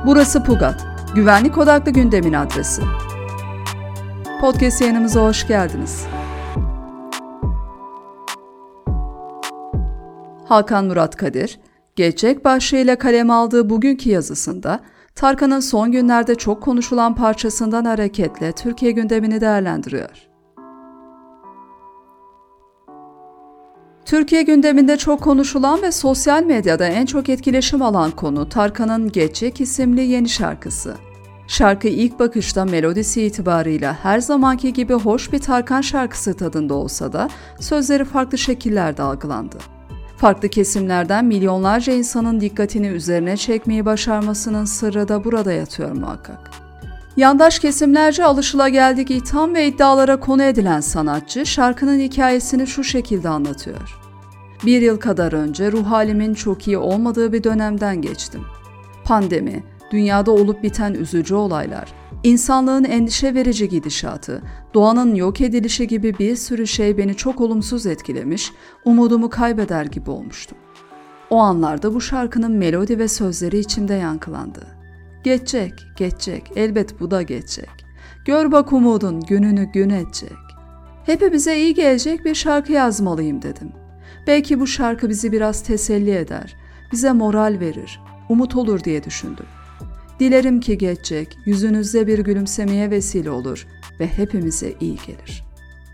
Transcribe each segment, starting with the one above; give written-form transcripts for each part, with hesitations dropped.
Burası Pugat, güvenlik odaklı gündemin adresi. Podcast yayınımıza hoş geldiniz. Hakan Murat Kadir, Geçecek başlığıyla kaleme aldığı bugünkü yazısında, Tarkan'ın son günlerde çok konuşulan parçasından hareketle Türkiye gündemini değerlendiriyor. Türkiye gündeminde çok konuşulan ve sosyal medyada en çok etkileşim alan konu Tarkan'ın Geçecek isimli yeni şarkısı. Şarkı ilk bakışta melodisi itibarıyla her zamanki gibi hoş bir Tarkan şarkısı tadında olsa da sözleri farklı şekillerde algılandı. Farklı kesimlerden milyonlarca insanın dikkatini üzerine çekmeyi başarmasının sırrı da burada yatıyor muhakkak. Yandaş kesimlerce alışılageldik itham ve iddialara konu edilen sanatçı şarkının hikayesini şu şekilde anlatıyor. 1 yıl kadar önce ruh halimin çok iyi olmadığı bir dönemden geçtim. Pandemi, dünyada olup biten üzücü olaylar, insanlığın endişe verici gidişatı, doğanın yok edilişi gibi bir sürü şey beni çok olumsuz etkilemiş, umudumu kaybeder gibi olmuştum. O anlarda bu şarkının melodi ve sözleri içimde yankılandı. Geçecek, geçecek, elbet bu da geçecek. Gör bak umudun gününü gün edecek. Hepimize iyi gelecek bir şarkı yazmalıyım dedim. Belki bu şarkı bizi biraz teselli eder, bize moral verir, umut olur diye düşündüm. Dilerim ki geçecek, yüzünüzde bir gülümsemeye vesile olur ve hepimize iyi gelir.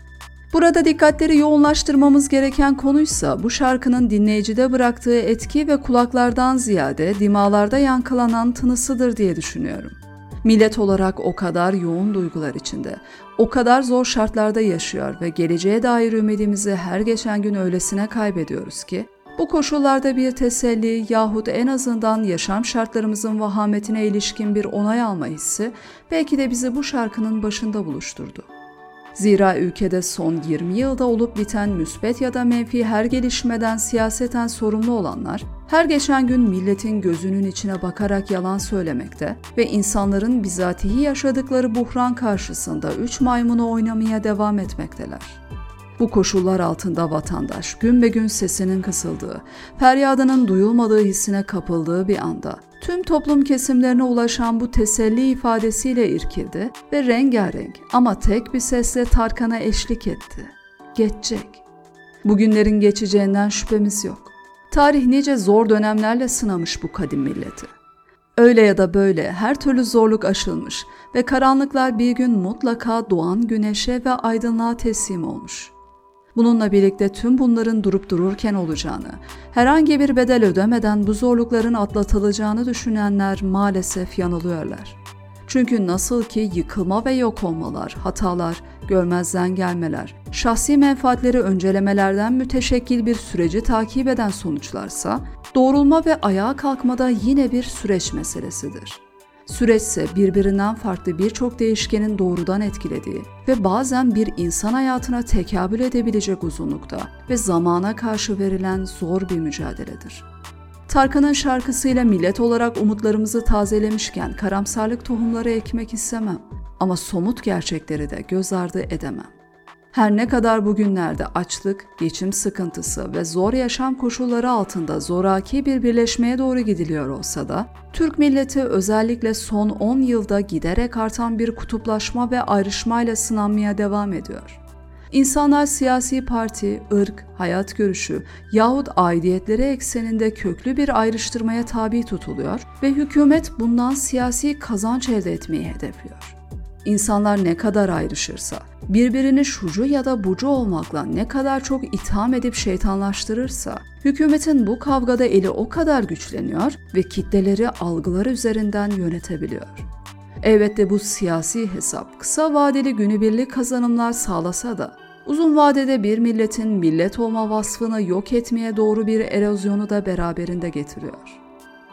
Burada dikkatleri yoğunlaştırmamız gereken konuysa bu şarkının dinleyicide bıraktığı etki ve kulaklardan ziyade dimağlarda yankılanan tınısıdır diye düşünüyorum. Millet olarak o kadar yoğun duygular içinde, o kadar zor şartlarda yaşıyor ve geleceğe dair ümidimizi her geçen gün öylesine kaybediyoruz ki, bu koşullarda bir teselli yahut en azından yaşam şartlarımızın vahametine ilişkin bir onay alma hissi belki de bizi bu şarkının başında buluşturdu. Zira ülkede son 20 yılda olup biten müsbet ya da menfi her gelişmeden siyaseten sorumlu olanlar, her geçen gün milletin gözünün içine bakarak yalan söylemekte ve insanların bizatihi yaşadıkları buhran karşısında 3 maymunu oynamaya devam etmekteler. Bu koşullar altında vatandaş gün be gün sesinin kısıldığı, feryadının duyulmadığı hissine kapıldığı bir anda tüm toplum kesimlerine ulaşan bu teselli ifadesiyle irkildi ve rengarenk ama tek bir sesle Tarkan'a eşlik etti. Geçecek. Bugünlerin geçeceğinden şüphemiz yok. Tarih nice zor dönemlerle sınamış bu kadim milleti. Öyle ya da böyle her türlü zorluk aşılmış ve karanlıklar bir gün mutlaka doğan güneşe ve aydınlığa teslim olmuş. Bununla birlikte tüm bunların durup dururken olacağını, herhangi bir bedel ödemeden bu zorlukların atlatılacağını düşünenler maalesef yanılıyorlar. Çünkü nasıl ki yıkılma ve yok olmalar, hatalar, görmezden gelmeler, şahsi menfaatleri öncelemelerden müteşekkil bir süreci takip eden sonuçlarsa, doğrulma ve ayağa kalkmada yine bir süreç meselesidir. Süreçse birbirinden farklı birçok değişkenin doğrudan etkilediği ve bazen bir insan hayatına tekabül edebilecek uzunlukta ve zamana karşı verilen zor bir mücadeledir. Tarkan'ın şarkısıyla millet olarak umutlarımızı tazelemişken karamsarlık tohumları ekmek istemem ama somut gerçekleri de göz ardı edemem. Her ne kadar bugünlerde açlık, geçim sıkıntısı ve zor yaşam koşulları altında zoraki bir birleşmeye doğru gidiliyor olsa da, Türk milleti özellikle son 10 yılda giderek artan bir kutuplaşma ve ayrışmayla sınanmaya devam ediyor. İnsanlar siyasi parti, ırk, hayat görüşü yahut aidiyetleri ekseninde köklü bir ayrıştırmaya tabi tutuluyor ve hükümet bundan siyasi kazanç elde etmeyi hedefliyor. İnsanlar ne kadar ayrışırsa, birbirini şucu ya da bucu olmakla ne kadar çok itham edip şeytanlaştırırsa, hükümetin bu kavgada eli o kadar güçleniyor ve kitleleri algıları üzerinden yönetebiliyor. Elbette bu siyasi hesap kısa vadeli günübirlik kazanımlar sağlasa da, uzun vadede bir milletin millet olma vasfını yok etmeye doğru bir erozyonu da beraberinde getiriyor.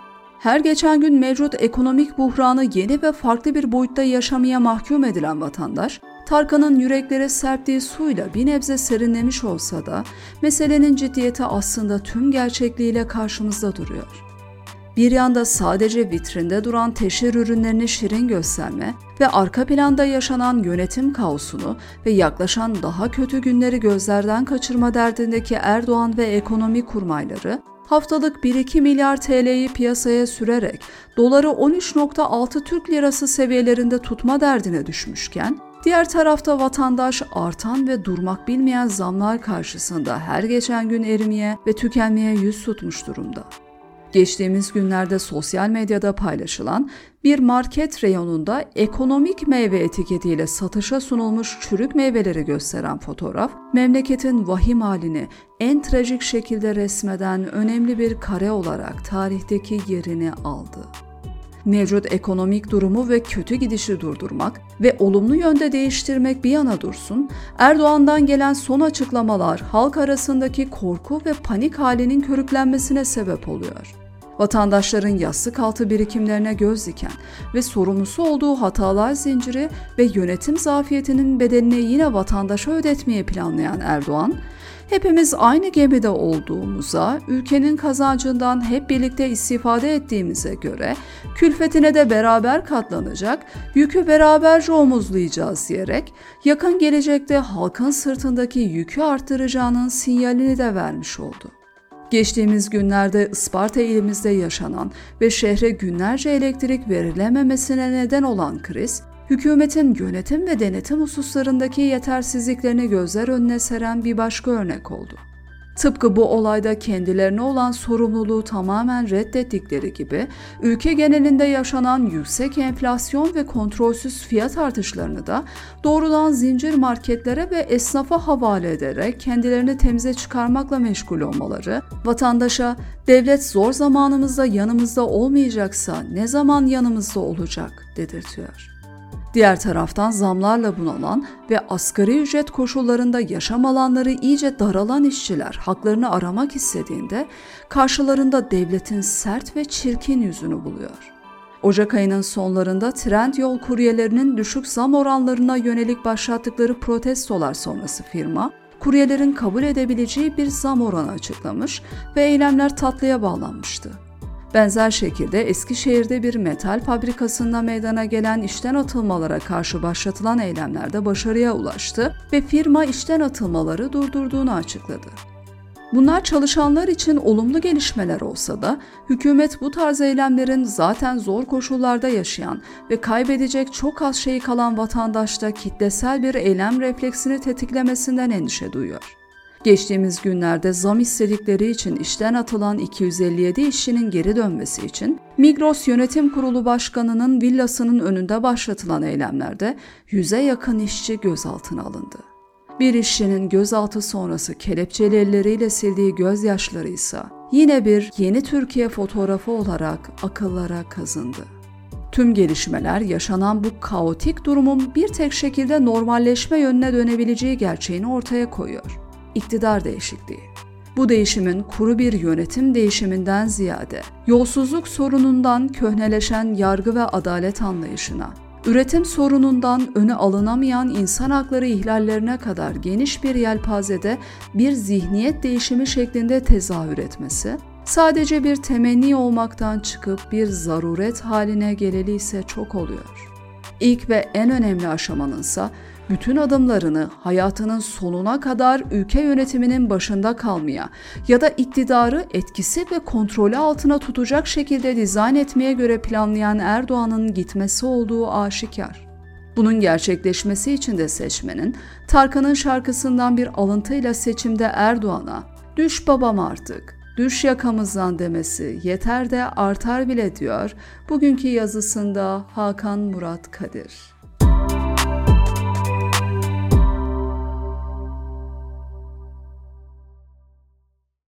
Her geçen gün mevcut ekonomik buhranı yeni ve farklı bir boyutta yaşamaya mahkum edilen vatandaş, Tarkan'ın yüreklere serptiği suyla bir nebze serinlemiş olsa da, meselenin ciddiyeti aslında tüm gerçekliğiyle karşımızda duruyor. Bir yanda sadece vitrinde duran teşhir ürünlerini şirin gösterme ve arka planda yaşanan yönetim kaosunu ve yaklaşan daha kötü günleri gözlerden kaçırma derdindeki Erdoğan ve ekonomi kurmayları, haftalık 1-2 milyar TL'yi piyasaya sürerek doları 13,6 Türk lirası seviyelerinde tutma derdine düşmüşken, diğer tarafta vatandaş artan ve durmak bilmeyen zamlar karşısında her geçen gün erimeye ve tükenmeye yüz tutmuş durumda. Geçtiğimiz günlerde sosyal medyada paylaşılan bir market reyonunda ekonomik meyve etiketiyle satışa sunulmuş çürük meyveleri gösteren fotoğraf, memleketin vahim halini en trajik şekilde resmeden önemli bir kare olarak tarihteki yerini aldı. Mevcut ekonomik durumu ve kötü gidişi durdurmak ve olumlu yönde değiştirmek bir yana dursun, Erdoğan'dan gelen son açıklamalar halk arasındaki korku ve panik halinin körüklenmesine sebep oluyor. Vatandaşların yastık altı birikimlerine göz diken ve sorumlusu olduğu hatalar zinciri ve yönetim zafiyetinin bedelini yine vatandaşa ödetmeyi planlayan Erdoğan, hepimiz aynı gemide olduğumuza, ülkenin kazancından hep birlikte istifade ettiğimize göre külfetine de beraber katlanacak, yükü beraberce omuzlayacağız diyerek yakın gelecekte halkın sırtındaki yükü arttıracağının sinyalini de vermiş oldu. Geçtiğimiz günlerde Isparta ilimizde yaşanan ve şehre günlerce elektrik verilememesine neden olan kriz, hükümetin yönetim ve denetim hususlarındaki yetersizliklerini gözler önüne seren bir başka örnek oldu. Tıpkı bu olayda kendilerine olan sorumluluğu tamamen reddettikleri gibi, ülke genelinde yaşanan yüksek enflasyon ve kontrolsüz fiyat artışlarını da doğrudan zincir marketlere ve esnafa havale ederek kendilerini temize çıkarmakla meşgul olmaları, vatandaşa devlet zor zamanımızda yanımızda olmayacaksa ne zaman yanımızda olacak dedirtiyor. Diğer taraftan zamlarla bunalan ve asgari ücret koşullarında yaşam alanları iyice daralan işçiler haklarını aramak istediğinde karşılarında devletin sert ve çirkin yüzünü buluyor. Ocak ayının sonlarında Trendyol kuryelerinin düşük zam oranlarına yönelik başlattıkları protestolar sonrası firma, kuryelerin kabul edebileceği bir zam oranı açıklamış ve eylemler tatlıya bağlanmıştı. Benzer şekilde Eskişehir'de bir metal fabrikasında meydana gelen işten atılmalara karşı başlatılan eylemlerde başarıya ulaştı ve firma işten atılmaları durdurduğunu açıkladı. Bunlar çalışanlar için olumlu gelişmeler olsa da hükümet bu tarz eylemlerin zaten zor koşullarda yaşayan ve kaybedecek çok az şey kalan vatandaşta kitlesel bir eylem refleksini tetiklemesinden endişe duyuyor. Geçtiğimiz günlerde zam istedikleri için işten atılan 257 işçinin geri dönmesi için Migros Yönetim Kurulu Başkanı'nın villasının önünde başlatılan eylemlerde 100'e yakın işçi gözaltına alındı. Bir işçinin gözaltı sonrası kelepçeli elleriyle sildiği gözyaşları ise yine bir yeni Türkiye fotoğrafı olarak akıllara kazındı. Tüm gelişmeler yaşanan bu kaotik durumun bir tek şekilde normalleşme yönüne dönebileceği gerçeğini ortaya koyuyor. İktidar değişikliği. Bu değişimin kuru bir yönetim değişiminden ziyade, yolsuzluk sorunundan köhneleşen yargı ve adalet anlayışına, üretim sorunundan öne alınamayan insan hakları ihlallerine kadar geniş bir yelpazede bir zihniyet değişimi şeklinde tezahür etmesi, sadece bir temenni olmaktan çıkıp bir zaruret haline geleli ise çok oluyor. İlk ve en önemli aşamanınsa, bütün adımlarını hayatının sonuna kadar ülke yönetiminin başında kalmaya ya da iktidarı etkisi ve kontrolü altına tutacak şekilde dizayn etmeye göre planlayan Erdoğan'ın gitmesi olduğu aşikar. Bunun gerçekleşmesi için de seçmenin Tarkan'ın şarkısından bir alıntıyla seçimde Erdoğan'a "Düş babam artık, düş yakamızdan" demesi yeter de artar bile diyor bugünkü yazısında Hakan Murat Kadir.